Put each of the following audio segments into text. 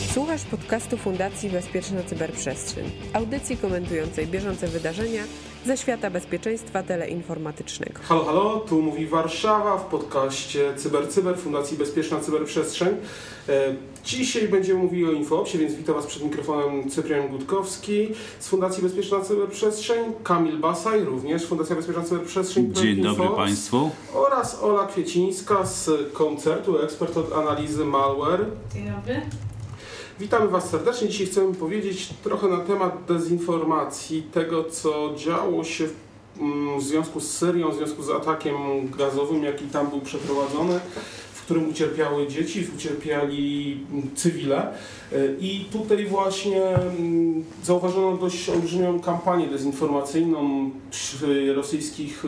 Słuchasz podcastu Fundacji Bezpieczna Cyberprzestrzeń, audycji komentującej bieżące wydarzenia ze świata bezpieczeństwa teleinformatycznego. Halo, halo, tu mówi Warszawa w podcaście Cyber Fundacji Bezpieczna Cyberprzestrzeń. Dzisiaj będziemy mówili o InfoOpsie, więc witam Was przed mikrofonem Cyprian Gutkowski z Fundacji Bezpieczna Cyberprzestrzeń, Kamil Basaj, również Fundacja Bezpieczna Cyberprzestrzeń. Dzień dobry Państwu. Oraz Ola Kwiecińska z Koncertu, ekspert od analizy malware. Dzień dobry. Witamy Was serdecznie. Dzisiaj chcemy powiedzieć trochę na temat dezinformacji, tego co działo się w związku z Syrią, w związku z atakiem gazowym, jaki tam był przeprowadzony, w którym ucierpiały dzieci, ucierpiali cywile. I tutaj właśnie zauważono dość olbrzymią kampanię dezinformacyjną przy rosyjskich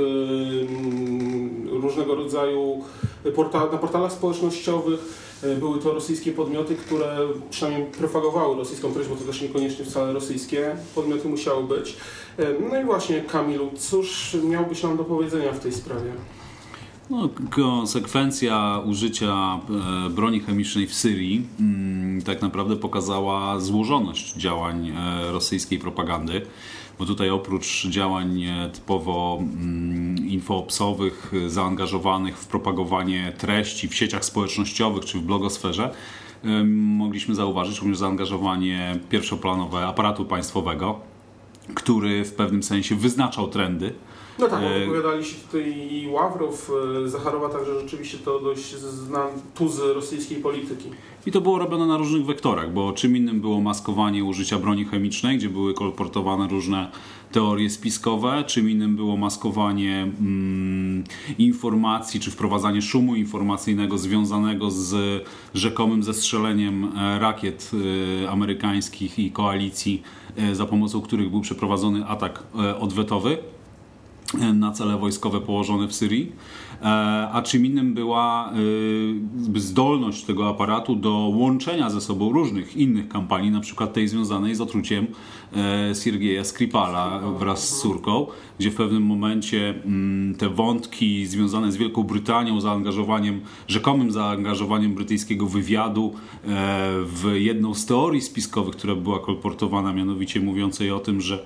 różnego rodzaju na portalach społecznościowych. Były to rosyjskie podmioty, które przynajmniej propagowały rosyjską treść, bo to też niekoniecznie wcale rosyjskie podmioty musiały być. No i właśnie, Kamilu, cóż miałbyś nam do powiedzenia w tej sprawie? No, konsekwencja użycia broni chemicznej w Syrii tak naprawdę pokazała złożoność działań rosyjskiej propagandy, bo tutaj oprócz działań typowo infoopsowych, zaangażowanych w propagowanie treści w sieciach społecznościowych czy w blogosferze, mogliśmy zauważyć również zaangażowanie pierwszoplanowe aparatu państwowego, który w pewnym sensie wyznaczał trendy. No tak, opowiadali się tutaj i Ławrow, Zacharowa, także rzeczywiście to dość znane tuzy rosyjskiej polityki. I to było robione na różnych wektorach, bo czym innym było maskowanie użycia broni chemicznej, gdzie były kolportowane różne teorie spiskowe, czym innym było maskowanie informacji, czy wprowadzanie szumu informacyjnego związanego z rzekomym zestrzeleniem rakiet amerykańskich i koalicji, za pomocą których był przeprowadzony atak odwetowy na cele wojskowe położone w Syrii, a czym innym była zdolność tego aparatu do łączenia ze sobą różnych innych kampanii, na przykład tej związanej z otruciem Siergieja Skripala wraz z córką, gdzie w pewnym momencie te wątki związane z Wielką Brytanią, rzekomym zaangażowaniem brytyjskiego wywiadu w jedną z teorii spiskowych, która była kolportowana, mianowicie mówiącej o tym, że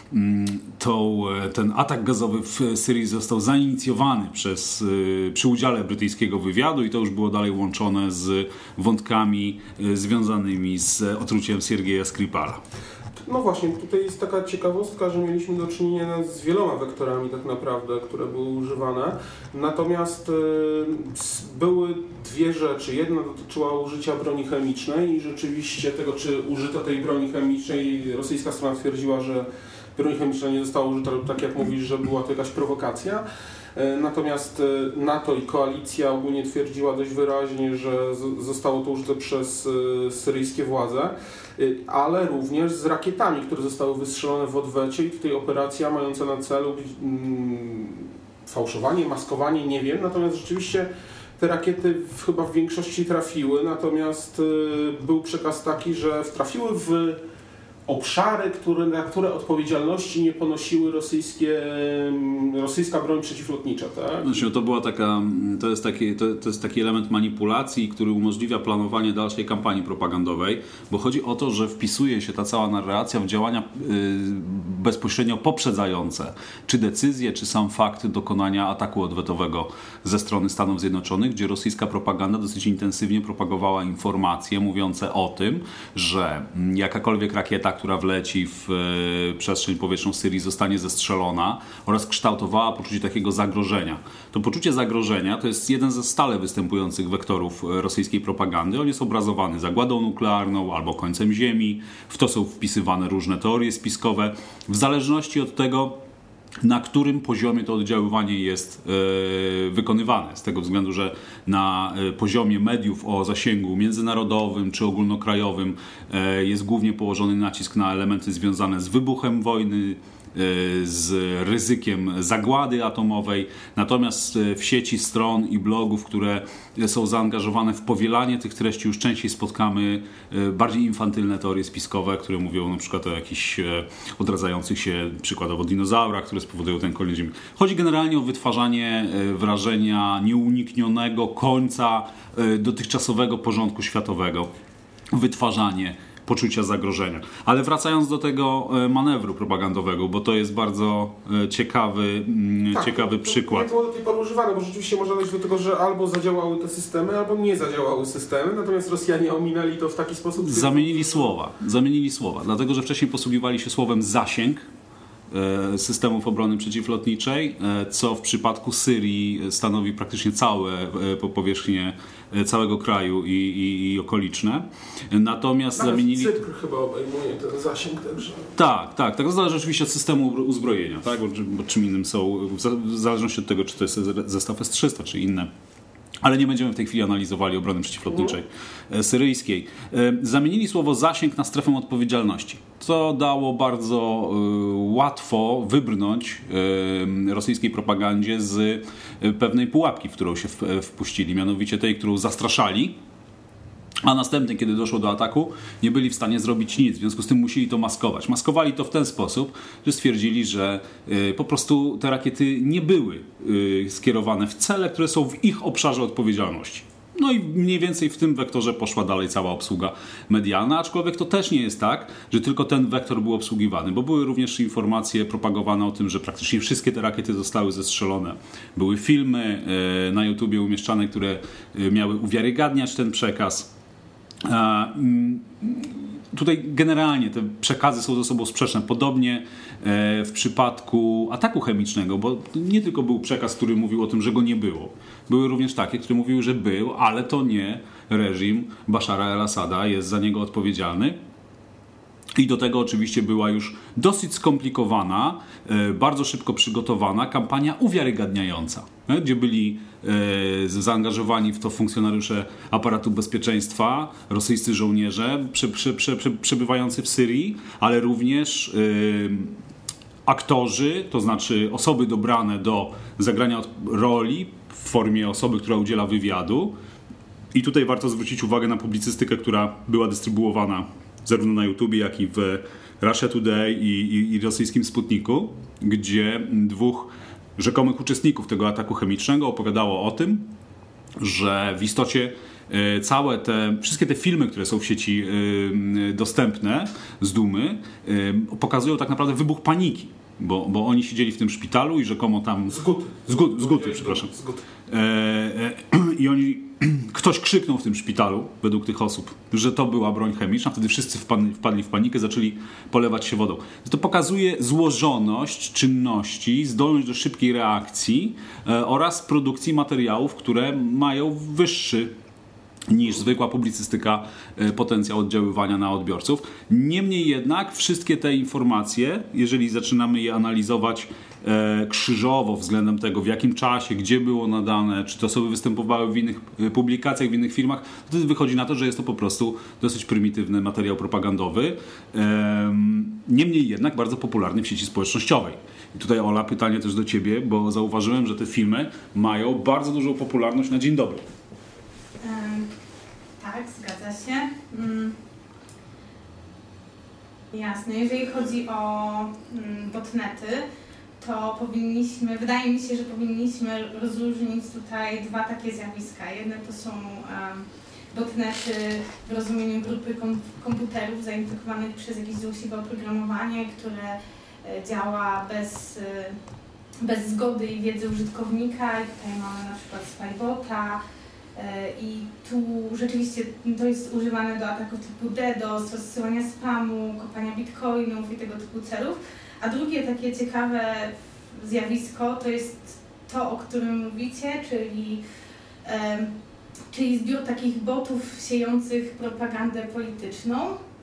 ten atak gazowy w Syrii został zainicjowany przy udziale brytyjskiego wywiadu i to już było dalej łączone z wątkami związanymi z otruciem Siergieja Skripala. No właśnie, tutaj jest taka ciekawostka, że mieliśmy do czynienia z wieloma wektorami tak naprawdę, które były używane. Natomiast były dwie rzeczy. Jedna dotyczyła użycia broni chemicznej i rzeczywiście tego, czy użyto tej broni chemicznej. Rosyjska strona twierdziła, że broń chemiczna nie została użyta, lub tak jak mówisz, że była to jakaś prowokacja. Natomiast NATO i koalicja ogólnie twierdziła dość wyraźnie, że zostało to użyte przez syryjskie władze, ale również z rakietami, które zostały wystrzelone w odwecie i tutaj operacja mająca na celu fałszowanie, maskowanie, nie wiem, natomiast rzeczywiście te rakiety chyba w większości trafiły, natomiast był przekaz taki, że trafiły w obszary, na które odpowiedzialności nie ponosiły rosyjska broń przeciwlotnicza, tak? Znaczy, to jest taki element manipulacji, który umożliwia planowanie dalszej kampanii propagandowej, bo chodzi o to, że wpisuje się ta cała narracja w działania bezpośrednio poprzedzające, czy decyzję, czy sam fakt dokonania ataku odwetowego ze strony Stanów Zjednoczonych, gdzie rosyjska propaganda dosyć intensywnie propagowała informacje mówiące o tym, że jakakolwiek rakieta, która wleci w przestrzeń powietrzną Syrii, zostanie zestrzelona, oraz kształtowała poczucie takiego zagrożenia. To poczucie zagrożenia to jest jeden ze stale występujących wektorów rosyjskiej propagandy. On jest obrazowany zagładą nuklearną albo końcem Ziemi. W to są wpisywane różne teorie spiskowe. W zależności od tego, na którym poziomie to oddziaływanie jest wykonywane. Z tego względu, że na poziomie mediów o zasięgu międzynarodowym czy ogólnokrajowym jest głównie położony nacisk na elementy związane z wybuchem wojny, z ryzykiem zagłady atomowej. Natomiast w sieci stron i blogów, które są zaangażowane w powielanie tych treści, już częściej spotkamy bardziej infantylne teorie spiskowe, które mówią na przykład o jakichś odradzających się przykładowo dinozaurach, które spowodują ten koniec Ziemi. Chodzi generalnie o wytwarzanie wrażenia nieuniknionego końca dotychczasowego porządku światowego. wytwarzanie poczucia zagrożenia. Ale wracając do tego manewru propagandowego, bo to jest bardzo ciekawy przykład. To było do tej pory używane, bo rzeczywiście można dojść do tego, że albo zadziałały te systemy, albo nie zadziałały systemy, natomiast Rosjanie ominęli to w taki sposób... Zamienili słowa, dlatego że wcześniej posługiwali się słowem zasięg systemów obrony przeciwlotniczej, co w przypadku Syrii stanowi praktycznie całe powierzchnię całego kraju i okoliczne. Natomiast zamienili... Cypr chyba obejmuje ten zasięg także. Tak. To zależy oczywiście od systemu uzbrojenia, tak? Bo czym innym są, w zależności od tego, czy to jest zestaw S-300, czy inne. Ale nie będziemy w tej chwili analizowali obrony przeciwlotniczej syryjskiej. Zamienili słowo zasięg na strefę odpowiedzialności, co dało bardzo łatwo wybrnąć rosyjskiej propagandzie z pewnej pułapki, w którą się wpuścili, mianowicie tej, którą zastraszali, a następnie, kiedy doszło do ataku, nie byli w stanie zrobić nic, w związku z tym musieli to maskować. Maskowali to w ten sposób, że stwierdzili, że po prostu te rakiety nie były skierowane w cele, które są w ich obszarze odpowiedzialności. No i mniej więcej w tym wektorze poszła dalej cała obsługa medialna, aczkolwiek to też nie jest tak, że tylko ten wektor był obsługiwany, bo były również informacje propagowane o tym, że praktycznie wszystkie te rakiety zostały zestrzelone. Były filmy na YouTubie umieszczane, które miały uwiarygadniać ten przekaz. Tutaj generalnie te przekazy są ze sobą sprzeczne. Podobnie w przypadku ataku chemicznego, bo nie tylko był przekaz, który mówił o tym, że go nie było. Były również takie, które mówiły, że był, ale to nie reżim Bashara el-Assada jest za niego odpowiedzialny. I do tego oczywiście była już dosyć skomplikowana, bardzo szybko przygotowana kampania uwiarygadniająca, gdzie byli zaangażowani w to funkcjonariusze aparatu bezpieczeństwa, rosyjscy żołnierze przebywający w Syrii, ale również aktorzy, to znaczy osoby dobrane do zagrania roli w formie osoby, która udziela wywiadu. I tutaj warto zwrócić uwagę na publicystykę, która była dystrybuowana zarówno na YouTubie, jak i w Russia Today i rosyjskim Sputniku, gdzie dwóch rzekomych uczestników tego ataku chemicznego opowiadało o tym, że w istocie wszystkie te filmy, które są w sieci dostępne z Dumy, pokazują tak naprawdę wybuch paniki, bo oni siedzieli w tym szpitalu i rzekomo tam... Zguty, przepraszam. I ktoś krzyknął w tym szpitalu, według tych osób, że to była broń chemiczna, wtedy wszyscy wpadli w panikę, zaczęli polewać się wodą. To pokazuje złożoność czynności, zdolność do szybkiej reakcji oraz produkcji materiałów, które mają wyższy niż zwykła publicystyka potencjał oddziaływania na odbiorców. Niemniej jednak wszystkie te informacje, jeżeli zaczynamy je analizować krzyżowo względem tego, w jakim czasie, gdzie było nadane, czy te osoby występowały w innych publikacjach, w innych filmach, to wtedy wychodzi na to, że jest to po prostu dosyć prymitywny materiał propagandowy. Niemniej jednak bardzo popularny w sieci społecznościowej. I tutaj, Ola, pytanie też do Ciebie, bo zauważyłem, że te filmy mają bardzo dużą popularność na dzień dobry. Tak, zgadza się. Jasne, jeżeli chodzi o botnety, to wydaje mi się, że powinniśmy rozróżnić tutaj dwa takie zjawiska. Jedne to są botnety w rozumieniu grupy komputerów zainfekowanych przez jakieś złośliwe oprogramowanie, które działa bez zgody i wiedzy użytkownika. I tutaj mamy na przykład spybota. I tu rzeczywiście to jest używane do ataków typu DDoS, rozsyłania spamu, kopania bitcoinów i tego typu celów. A drugie takie ciekawe zjawisko to jest to, o którym mówicie, czyli zbiór takich botów siejących propagandę polityczną.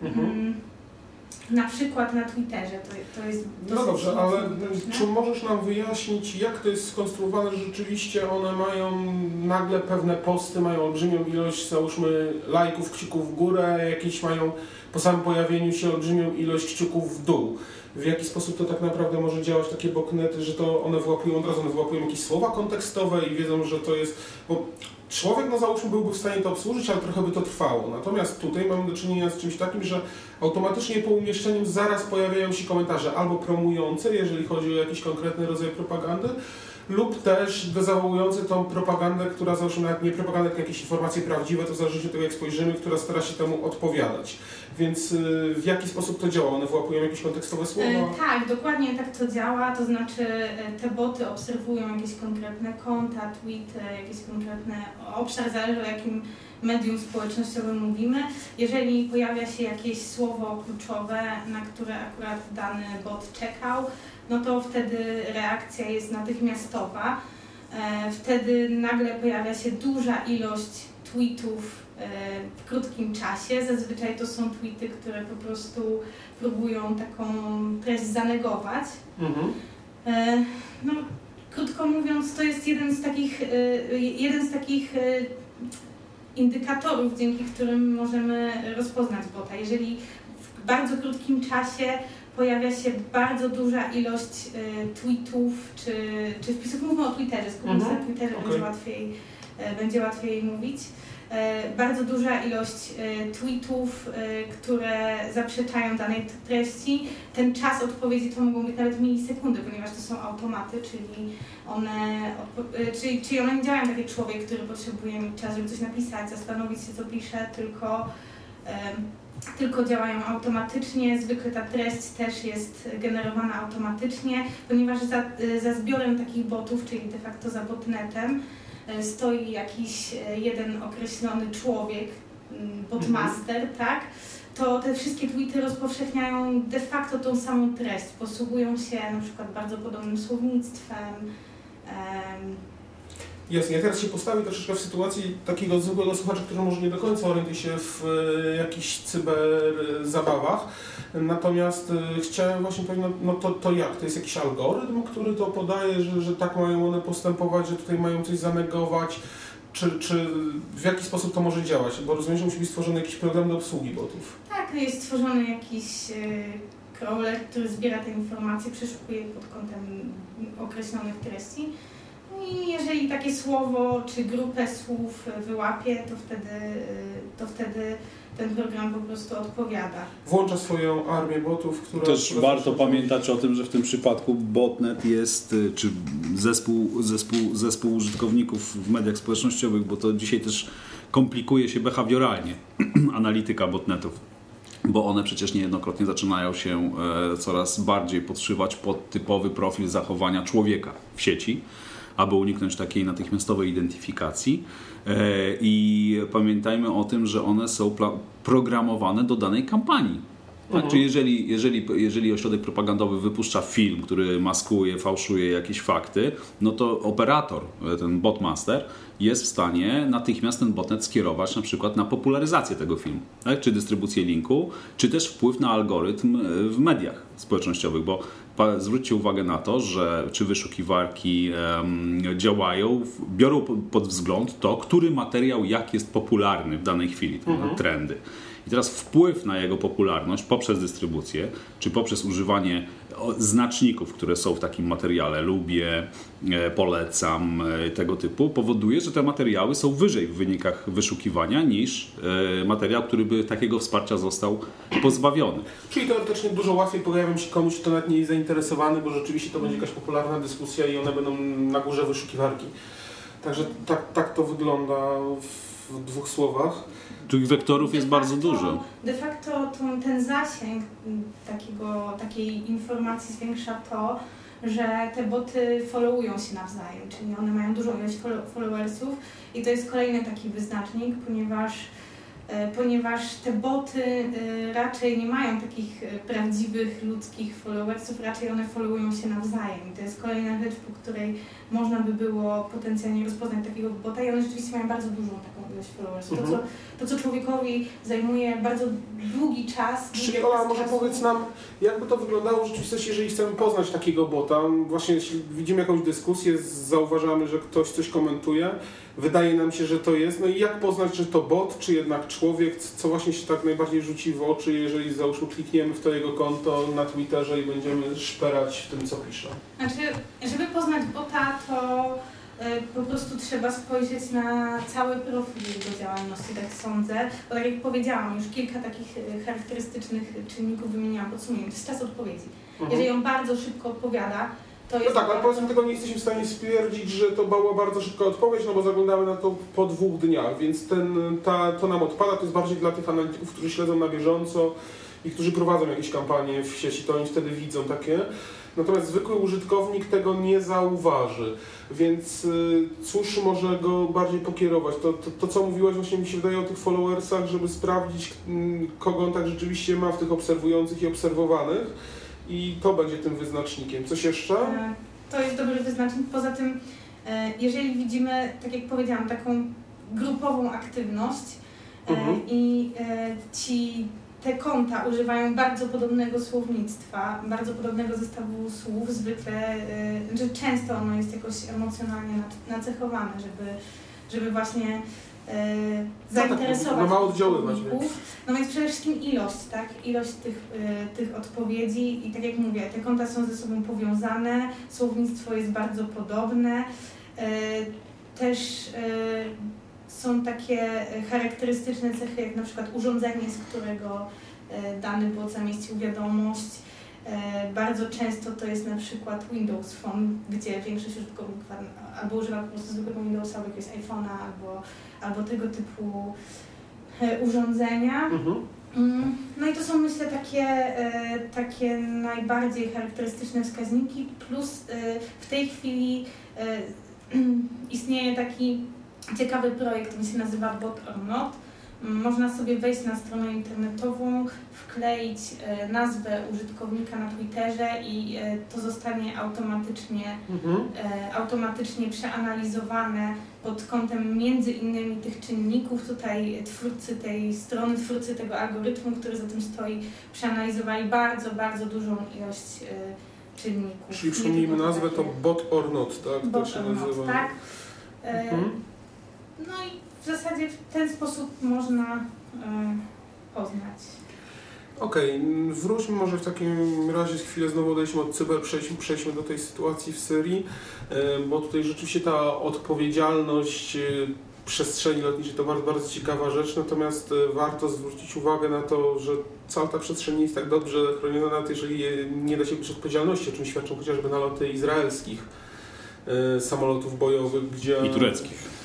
Na przykład na Twitterze to jest... No dobrze, ale czy możesz nam wyjaśnić, jak to jest skonstruowane, że rzeczywiście one mają nagle pewne posty, mają olbrzymią ilość, załóżmy, lajków, kciuków w górę, jakieś mają po samym pojawieniu się olbrzymią ilość kciuków w dół. W jaki sposób to tak naprawdę może działać, takie botnety, że to one wyłapują jakieś słowa kontekstowe i wiedzą, że to jest... Bo człowiek, no załóżmy, byłby w stanie to obsłużyć, ale trochę by to trwało. Natomiast tutaj mamy do czynienia z czymś takim, że automatycznie po umieszczeniu zaraz pojawiają się komentarze albo promujące, jeżeli chodzi o jakiś konkretny rodzaj propagandy, lub też dezawuujący tą propagandę, która załóżmy nawet nie propagandę, tylko jakieś informacje prawdziwe, to zależy od tego, jak spojrzymy, która stara się temu odpowiadać. Więc w jaki sposób to działa? One wyłapują jakieś kontekstowe słowa? Tak, dokładnie tak to działa, to znaczy te boty obserwują jakieś konkretne konta, tweety, jakieś konkretne obszar, zależy o jakim medium społecznościowym mówimy. Jeżeli pojawia się jakieś słowo kluczowe, na które akurat dany bot czekał, no to wtedy reakcja jest natychmiastowa. Wtedy nagle pojawia się duża ilość tweetów w krótkim czasie. Zazwyczaj to są tweety, które po prostu próbują taką treść zanegować. No, krótko mówiąc, to jest jeden z takich indykatorów, dzięki którym możemy rozpoznać bota. Jeżeli w bardzo krótkim czasie pojawia się bardzo duża ilość tweetów czy wpisów, mówmy o Twitterze, skupmy się na Twitterze, będzie łatwiej mówić. Bardzo duża ilość tweetów, które zaprzeczają danej treści. Ten czas odpowiedzi to mogą być nawet milisekundy, ponieważ to są automaty, czyli one nie działają tak jak człowiek, który potrzebuje mieć czas, żeby coś napisać, zastanowić się, co pisze, tylko działają automatycznie. Zwykle ta treść też jest generowana automatycznie, ponieważ za zbiorem takich botów, czyli de facto za botnetem, stoi jakiś jeden określony człowiek, botmaster, tak? To te wszystkie tweety rozpowszechniają de facto tą samą treść. Posługują się na przykład bardzo podobnym słownictwem. Jasnie, ja teraz się postawię troszeczkę w sytuacji takiego zwykłego słuchacza, który może nie do końca orientuje się w jakichś cyberzabawach. Natomiast chciałem właśnie powiedzieć, no to jak? To jest jakiś algorytm, który to podaje, że tak mają one postępować, że tutaj mają coś zanegować? Czy w jaki sposób to może działać? Bo rozumiem, że musi być stworzony jakiś program do obsługi botów. Tak, jest stworzony jakiś crawler, który zbiera te informacje, przeszukuje pod kątem określonych treści. I jeżeli takie słowo czy grupę słów wyłapie, to wtedy ten program po prostu odpowiada. Włącza swoją armię botów, która... Też warto pamiętać o tym, że w tym przypadku botnet jest, czy zespół użytkowników w mediach społecznościowych, bo to dzisiaj też komplikuje się behawioralnie analityka botnetów, bo one przecież niejednokrotnie zaczynają się coraz bardziej podszywać pod typowy profil zachowania człowieka w sieci, aby uniknąć takiej natychmiastowej identyfikacji. I pamiętajmy o tym, że one są programowane do danej kampanii. Tak? Czyli jeżeli ośrodek propagandowy wypuszcza film, który maskuje, fałszuje jakieś fakty, no to operator, ten botmaster, jest w stanie natychmiast ten botnet skierować na przykład na popularyzację tego filmu, tak? Czy dystrybucję linku, czy też wpływ na algorytm w mediach społecznościowych, bo zwróćcie uwagę na to, że czy wyszukiwarki działają, biorą pod wzgląd to, który materiał jak jest popularny w danej chwili, trendy. I teraz wpływ na jego popularność poprzez dystrybucję, czy poprzez używanie znaczników, które są w takim materiale, lubię, polecam, tego typu, powoduje, że te materiały są wyżej w wynikach wyszukiwania niż materiał, który by takiego wsparcia został pozbawiony. Czyli teoretycznie dużo łatwiej pojawią się komuś, kto nawet nie jest zainteresowany, bo rzeczywiście to będzie jakaś popularna dyskusja i one będą na górze wyszukiwarki. Także tak to wygląda w dwóch słowach. Tych wektorów jest bardzo dużo. De facto ten zasięg takiej informacji zwiększa to, że te boty followują się nawzajem, czyli one mają dużą ilość followersów i to jest kolejny taki wyznacznik, ponieważ te boty raczej nie mają takich prawdziwych ludzkich followersów, raczej one followują się nawzajem i to jest kolejna rzecz, po której można by było potencjalnie rozpoznać takiego bota i one rzeczywiście mają bardzo dużą taką ilość followersów. To, co człowiekowi zajmuje bardzo długi czas. Czyli Ola, może powiedz nam, jakby to wyglądało w rzeczywistości, jeżeli chcemy poznać takiego bota. Właśnie jeśli widzimy jakąś dyskusję, zauważamy, że ktoś coś komentuje, wydaje nam się, że to jest. No i jak poznać, że to bot, czy jednak człowiek, co właśnie się tak najbardziej rzuci w oczy, jeżeli załóżmy klikniemy w to jego konto na Twitterze i będziemy szperać w tym, co pisze? Znaczy, żeby poznać bota, to po prostu trzeba spojrzeć na cały profil jego działalności, tak sądzę. Bo tak jak powiedziałam, już kilka takich charakterystycznych czynników wymieniłam podsumowanie. To jest czas odpowiedzi. Jeżeli on bardzo szybko odpowiada, To jest ale powiedzmy tego nie jesteśmy w stanie stwierdzić, że to była bardzo szybka odpowiedź, bo zaglądamy na to po 2 dniach, więc to nam odpada, to jest bardziej dla tych analityków, którzy śledzą na bieżąco i którzy prowadzą jakieś kampanie w sieci, to oni wtedy widzą takie. Natomiast zwykły użytkownik tego nie zauważy, więc cóż może go bardziej pokierować? To co mówiłaś, właśnie mi się wydaje o tych followersach, żeby sprawdzić, kogo on tak rzeczywiście ma w tych obserwujących i obserwowanych i to będzie tym wyznacznikiem. Coś jeszcze? To jest dobry wyznacznik. Poza tym, jeżeli widzimy, tak jak powiedziałam, taką grupową aktywność i te konta używają bardzo podobnego słownictwa, bardzo podobnego zestawu słów, zwykle, że często ono jest jakoś emocjonalnie nacechowane, żeby właśnie zainteresować użytkowników. No więc przede wszystkim ilość, tak? Ilość tych odpowiedzi i tak jak mówię, te konta są ze sobą powiązane, słownictwo jest bardzo podobne, też są takie charakterystyczne cechy, jak na przykład urządzenie, z którego dany bot zamieścił wiadomość. Bardzo często to jest na przykład Windows Phone, gdzie większość użytkowników albo używa po prostu zwykłego Windowsa, jakiegoś iPhone'a, albo tego typu urządzenia. No i to są, myślę, takie najbardziej charakterystyczne wskaźniki, plus w tej chwili istnieje taki ciekawy projekt, on się nazywa Bot or Not. Można sobie wejść na stronę internetową, wkleić nazwę użytkownika na Twitterze i to zostanie automatycznie przeanalizowane pod kątem między innymi tych czynników. Tutaj twórcy tej strony, twórcy tego algorytmu, który za tym stoi, przeanalizowali bardzo, bardzo dużą ilość czynników. Czyli przypomnijmy nazwę, to Bot or Not, tak? Bot or Not, tak. No i w zasadzie w ten sposób można poznać. Okej, wróćmy może w takim razie chwilę, znowu odejdźmy od cyber, przejdźmy do tej sytuacji w Syrii, bo tutaj rzeczywiście ta odpowiedzialność przestrzeni lotniczej to bardzo, bardzo ciekawa rzecz, natomiast warto zwrócić uwagę na to, że cała ta przestrzeń nie jest tak dobrze chroniona, nawet jeżeli nie da się być odpowiedzialności, o czym świadczą chociażby naloty izraelskich samolotów bojowych, gdzie... I tureckich.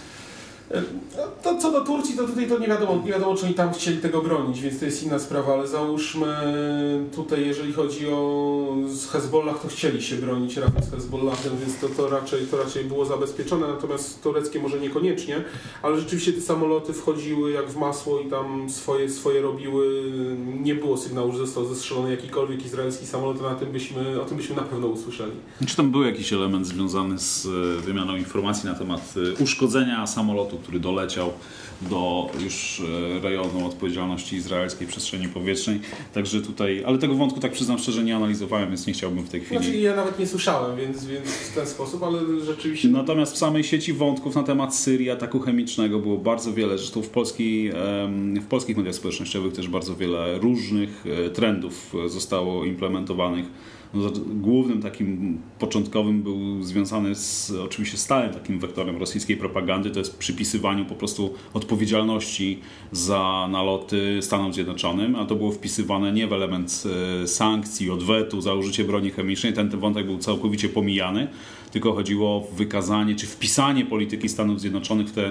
To co do Turcji, to tutaj to nie wiadomo, czy oni tam chcieli tego bronić, więc to jest inna sprawa, ale załóżmy tutaj, jeżeli chodzi o Hezbollah, to chcieli się bronić razem z Hezbollahem, więc to raczej było zabezpieczone, natomiast tureckie może niekoniecznie, ale rzeczywiście te samoloty wchodziły jak w masło i tam swoje robiły, nie było sygnału, że został zestrzelony jakikolwiek izraelski samolot, o tym byśmy na pewno usłyszeli. Czy tam był jakiś element związany z wymianą informacji na temat uszkodzenia samolotu, który doleciał do już rejonu odpowiedzialności izraelskiej przestrzeni powietrznej. Także tutaj, ale tego wątku tak przyznam szczerze nie analizowałem, więc nie chciałbym w tej chwili. Znaczy ja nawet nie słyszałem, więc w ten sposób, ale rzeczywiście... Natomiast w samej sieci wątków na temat Syrii, ataku chemicznego było bardzo wiele. Zresztą w polskich mediach społecznościowych też bardzo wiele różnych trendów zostało implementowanych. No, głównym takim początkowym był związany oczywiście stałym takim wektorem rosyjskiej propagandy, to jest przypisywaniu po prostu odpowiedzialności za naloty Stanom Zjednoczonym, a to było wpisywane nie w element sankcji, odwetu, za użycie broni chemicznej, ten wątek był całkowicie pomijany, tylko chodziło o wykazanie czy wpisanie polityki Stanów Zjednoczonych w te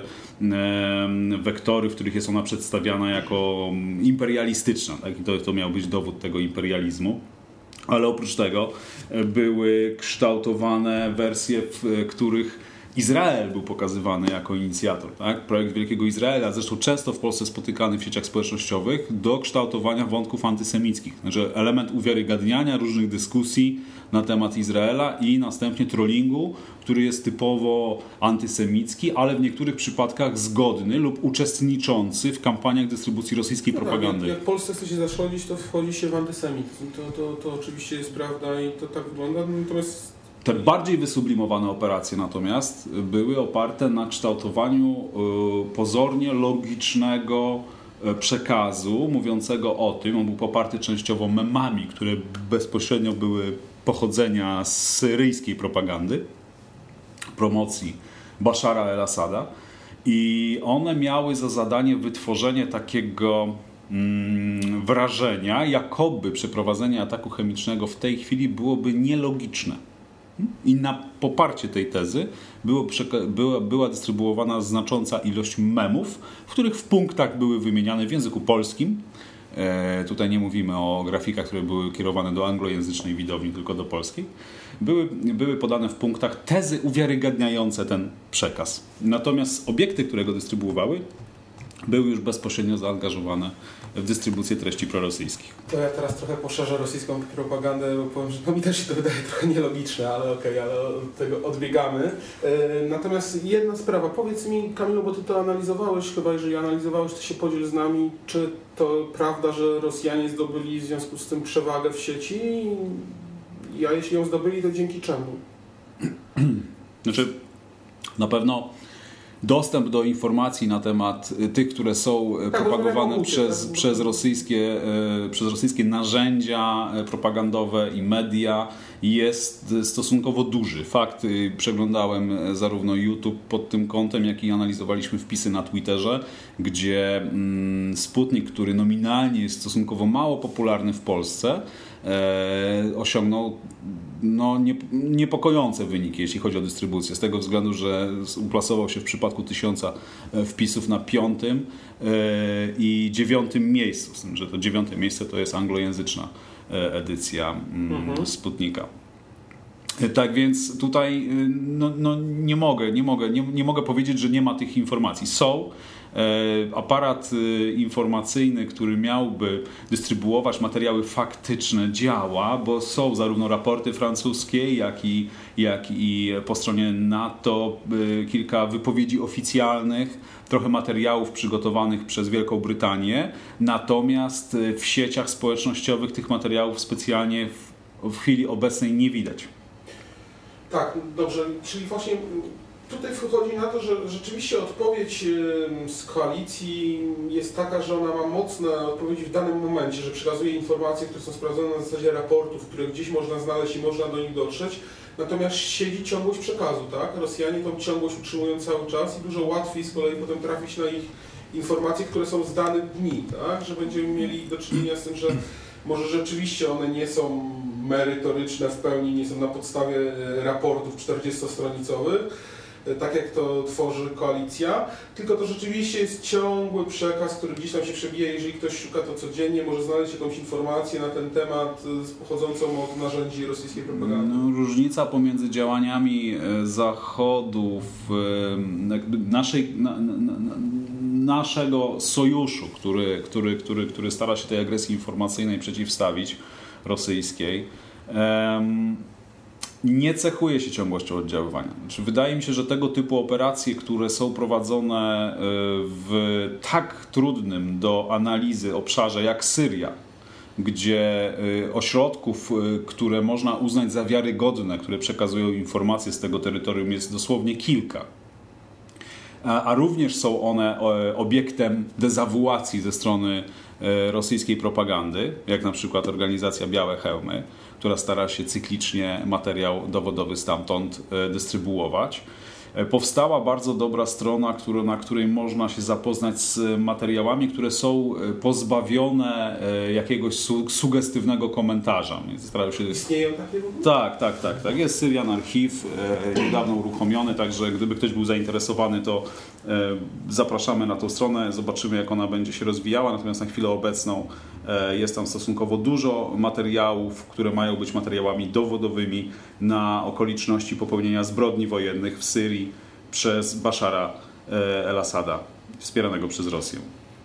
wektory, w których jest ona przedstawiana jako imperialistyczna, tak? I to miał być dowód tego imperializmu. Ale oprócz tego były kształtowane wersje, w których Izrael był pokazywany jako inicjator. Tak? Projekt Wielkiego Izraela, zresztą często w Polsce spotykany w sieciach społecznościowych, do kształtowania wątków antysemickich. Znaczy element uwiarygadniania różnych dyskusji na temat Izraela i następnie trollingu, który jest typowo antysemicki, ale w niektórych przypadkach zgodny lub uczestniczący w kampaniach dystrybucji rosyjskiej propagandy. Tak, jak w Polsce chce się zaszkodzić, to wchodzi się w antysemityzm. To oczywiście jest prawda i to tak wygląda. Natomiast te bardziej wysublimowane operacje natomiast były oparte na kształtowaniu pozornie logicznego przekazu mówiącego o tym, on był poparty częściowo memami, które bezpośrednio były pochodzenia z syryjskiej propagandy, promocji Bashara el-Assada i one miały za zadanie wytworzenie takiego wrażenia, jakoby przeprowadzenie ataku chemicznego w tej chwili byłoby nielogiczne. I na poparcie tej tezy była dystrybuowana znacząca ilość memów, w których w punktach były wymieniane w języku polskim. Tutaj nie mówimy o grafikach, które były kierowane do anglojęzycznej widowni, tylko do polskiej. Były podane w punktach tezy uwiarygadniające ten przekaz. Natomiast obiekty, które go dystrybuowały, były już bezpośrednio zaangażowane w dystrybucję treści prorosyjskich. To ja teraz trochę poszerzę rosyjską propagandę, bo powiem, że mi też się to wydaje trochę nielogiczne, ale okej, ale od tego odbiegamy. Natomiast jedna sprawa, powiedz mi, Kamilu, bo ty to analizowałeś, chyba jeżeli analizowałeś, to się podziel z nami, czy to prawda, że Rosjanie zdobyli w związku z tym przewagę w sieci? A jeśli ją zdobyli, to dzięki czemu? Znaczy, na pewno dostęp do informacji na temat tych, które są propagowane przez rosyjskie narzędzia propagandowe i media, jest stosunkowo duży. Fakt, przeglądałem zarówno YouTube pod tym kątem, jak i analizowaliśmy wpisy na Twitterze, gdzie Sputnik, który nominalnie jest stosunkowo mało popularny w Polsce, osiągnął niepokojące wyniki, jeśli chodzi o dystrybucję, z tego względu, że uplasował się w przypadku 1000 wpisów na 5. i 9. miejscu, z tym, że to 9. miejsce to jest anglojęzyczna edycja Sputnika. Tak więc tutaj nie mogę powiedzieć, że nie ma tych informacji. Są. Aparat informacyjny, który miałby dystrybuować materiały faktyczne, działa, bo są zarówno raporty francuskie, jak i po stronie NATO kilka wypowiedzi oficjalnych, trochę materiałów przygotowanych przez Wielką Brytanię. Natomiast w sieciach społecznościowych tych materiałów specjalnie w chwili obecnej nie widać. Tak, dobrze, czyli właśnie tutaj wychodzi na to, że rzeczywiście odpowiedź z koalicji jest taka, że ona ma mocne odpowiedzi w danym momencie, że przekazuje informacje, które są sprawdzone na zasadzie raportów, które gdzieś można znaleźć i można do nich dotrzeć, natomiast siedzi ciągłość przekazu, tak? Rosjanie tą ciągłość utrzymują cały czas i dużo łatwiej z kolei potem trafić na ich informacje, które są z danych dni, tak? Że będziemy mieli do czynienia z tym, że może rzeczywiście one nie są merytoryczne w pełni, nie są na podstawie raportów 40-stronicowych, tak jak to tworzy koalicja, tylko to rzeczywiście jest ciągły przekaz, który gdzieś tam się przebija. Jeżeli ktoś szuka to codziennie, może znaleźć jakąś informację na ten temat pochodzącą od narzędzi rosyjskiej propagandy. Różnica pomiędzy działaniami Zachodu naszego sojuszu, który stara się tej agresji informacyjnej przeciwstawić rosyjskiej, nie cechuje się ciągłością oddziaływania. Znaczy, wydaje mi się, że tego typu operacje, które są prowadzone w tak trudnym do analizy obszarze jak Syria, gdzie ośrodków, które można uznać za wiarygodne, które przekazują informacje z tego terytorium, jest dosłownie kilka, a również są one obiektem dezawuacji ze strony rosyjskiej propagandy, jak na przykład organizacja Białe Hełmy, która stara się cyklicznie materiał dowodowy stamtąd dystrybuować. Powstała bardzo dobra strona, na której można się zapoznać z materiałami, które są pozbawione jakiegoś sugestywnego komentarza. Istnieją takie w ogóle? Tak. Jest Syrian Archive, niedawno uruchomiony, także gdyby ktoś był zainteresowany, to zapraszamy na tą stronę, zobaczymy, jak ona będzie się rozwijała. Natomiast na chwilę obecną jest tam stosunkowo dużo materiałów, które mają być materiałami dowodowymi na okoliczności popełnienia zbrodni wojennych w Syrii przez Bashara el-Assada, wspieranego przez Rosję.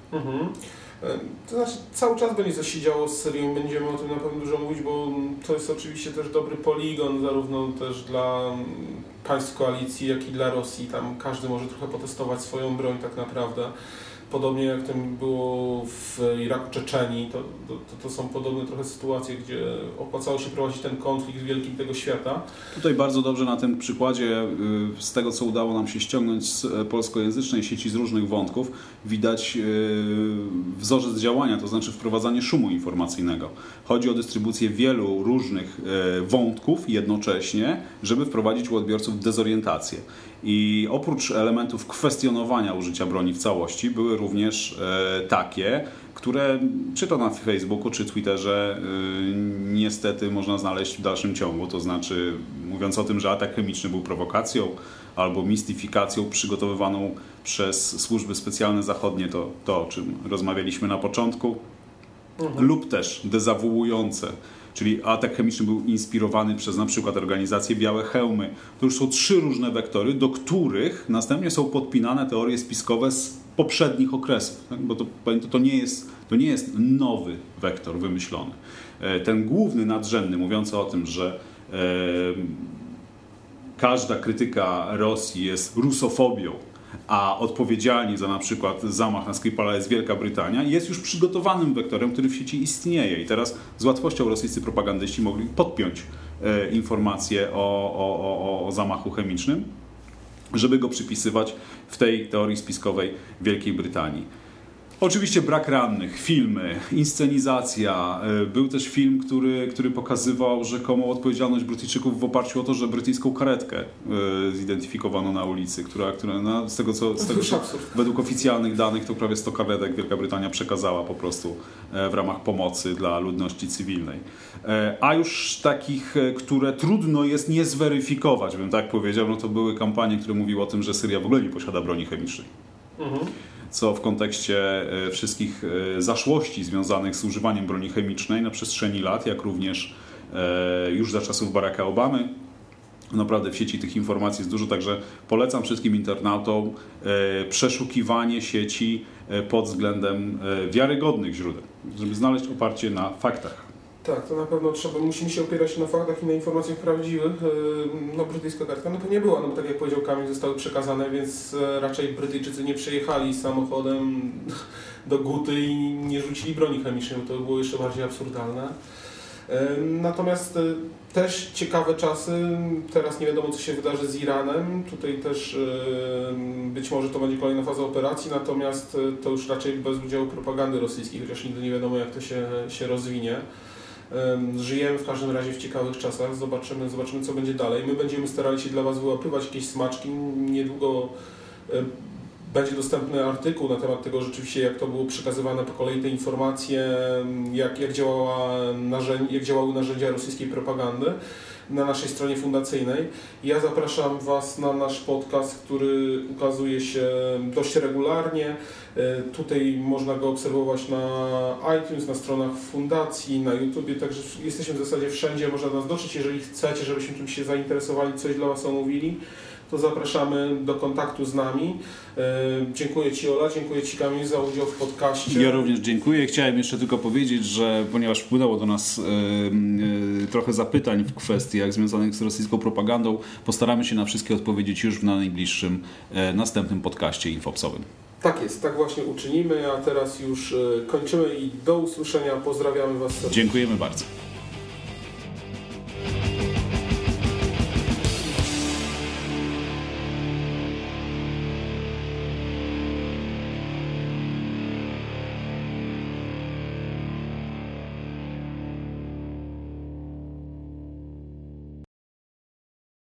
To znaczy, cały czas będzie coś się działo z Syrią, będziemy o tym na pewno dużo mówić, bo to jest oczywiście też dobry poligon, zarówno też dla państw koalicji, jak i dla Rosji. Tam każdy może trochę potestować swoją broń tak naprawdę. Podobnie jak to było w Iraku, Czeczenii, to są podobne trochę sytuacje, gdzie opłacało się prowadzić ten konflikt wielki tego świata. Tutaj bardzo dobrze na tym przykładzie, z tego co udało nam się ściągnąć z polskojęzycznej sieci z różnych wątków, widać wzorzec działania, to znaczy wprowadzanie szumu informacyjnego. Chodzi o dystrybucję wielu różnych wątków jednocześnie, żeby wprowadzić u odbiorców dezorientację. I oprócz elementów kwestionowania użycia broni w całości były również takie, które czy to na Facebooku, czy Twitterze niestety można znaleźć w dalszym ciągu, to znaczy mówiąc o tym, że atak chemiczny był prowokacją albo mistyfikacją przygotowywaną przez służby specjalne zachodnie, to o czym rozmawialiśmy na początku, lub też dezawuujące, czyli atak chemiczny był inspirowany przez na przykład organizację Białe Hełmy. To już są 3 różne wektory, do których następnie są podpinane teorie spiskowe z poprzednich okresów, tak? Bo to nie jest nowy wektor wymyślony. Ten główny, nadrzędny, mówiący o tym, że każda krytyka Rosji jest rusofobią, a odpowiedzialni za na przykład zamach na Skripala jest Wielka Brytania, jest już przygotowanym wektorem, który w sieci istnieje. I teraz z łatwością rosyjscy propagandyści mogli podpiąć informacje o zamachu chemicznym, żeby go przypisywać w tej teorii spiskowej Wielkiej Brytanii. Oczywiście brak rannych, filmy, inscenizacja. Był też film, który pokazywał rzekomą odpowiedzialność Brytyjczyków w oparciu o to, że brytyjską karetkę zidentyfikowano na ulicy, która z tego co według oficjalnych danych to prawie 100 karetek Wielka Brytania przekazała po prostu w ramach pomocy dla ludności cywilnej. A już takich, które trudno jest nie zweryfikować, bym tak powiedział, no to były kampanie, które mówiły o tym, że Syria w ogóle nie posiada broni chemicznej. Co w kontekście wszystkich zaszłości związanych z używaniem broni chemicznej na przestrzeni lat, jak również już za czasów Baracka Obamy. Naprawdę w sieci tych informacji jest dużo, także polecam wszystkim internautom przeszukiwanie sieci pod względem wiarygodnych źródeł, żeby znaleźć oparcie na faktach. Tak, to na pewno musimy się opierać na faktach i na informacjach prawdziwych. No brytyjska kartka no to nie była, no bo tak jak powiedział Kamil, zostały przekazane, więc raczej Brytyjczycy nie przyjechali samochodem do Guty i nie rzucili broni chemicznej, bo to było jeszcze bardziej absurdalne. Natomiast też ciekawe czasy, teraz nie wiadomo co się wydarzy z Iranem, tutaj też być może to będzie kolejna faza operacji, natomiast to już raczej bez udziału propagandy rosyjskiej, chociaż nigdy nie wiadomo jak to się rozwinie. Żyjemy w każdym razie w ciekawych czasach, zobaczymy co będzie dalej. My będziemy starali się dla Was wyłapywać jakieś smaczki, niedługo będzie dostępny artykuł na temat tego rzeczywiście, jak to było przekazywane po kolei te informacje, jak działały narzędzia rosyjskiej propagandy na naszej stronie fundacyjnej. Ja zapraszam Was na nasz podcast, który ukazuje się dość regularnie. Tutaj można go obserwować na iTunes, na stronach fundacji, na YouTubie, także jesteśmy w zasadzie wszędzie, można do nas dotrzeć. Jeżeli chcecie, żebyśmy czymś się zainteresowali, coś dla Was omówili, to zapraszamy do kontaktu z nami. Dziękuję Ci, Ola, dziękuję Ci, Kamil, za udział w podcaście. Ja również dziękuję. Chciałem jeszcze tylko powiedzieć, że ponieważ wpłynęło do nas trochę zapytań w kwestiach związanych z rosyjską propagandą, postaramy się na wszystkie odpowiedzieć już w najbliższym następnym podcaście infopsowym. Tak jest, tak właśnie uczynimy, a teraz już kończymy i do usłyszenia. Pozdrawiamy Was serdecznie. Dziękujemy bardzo.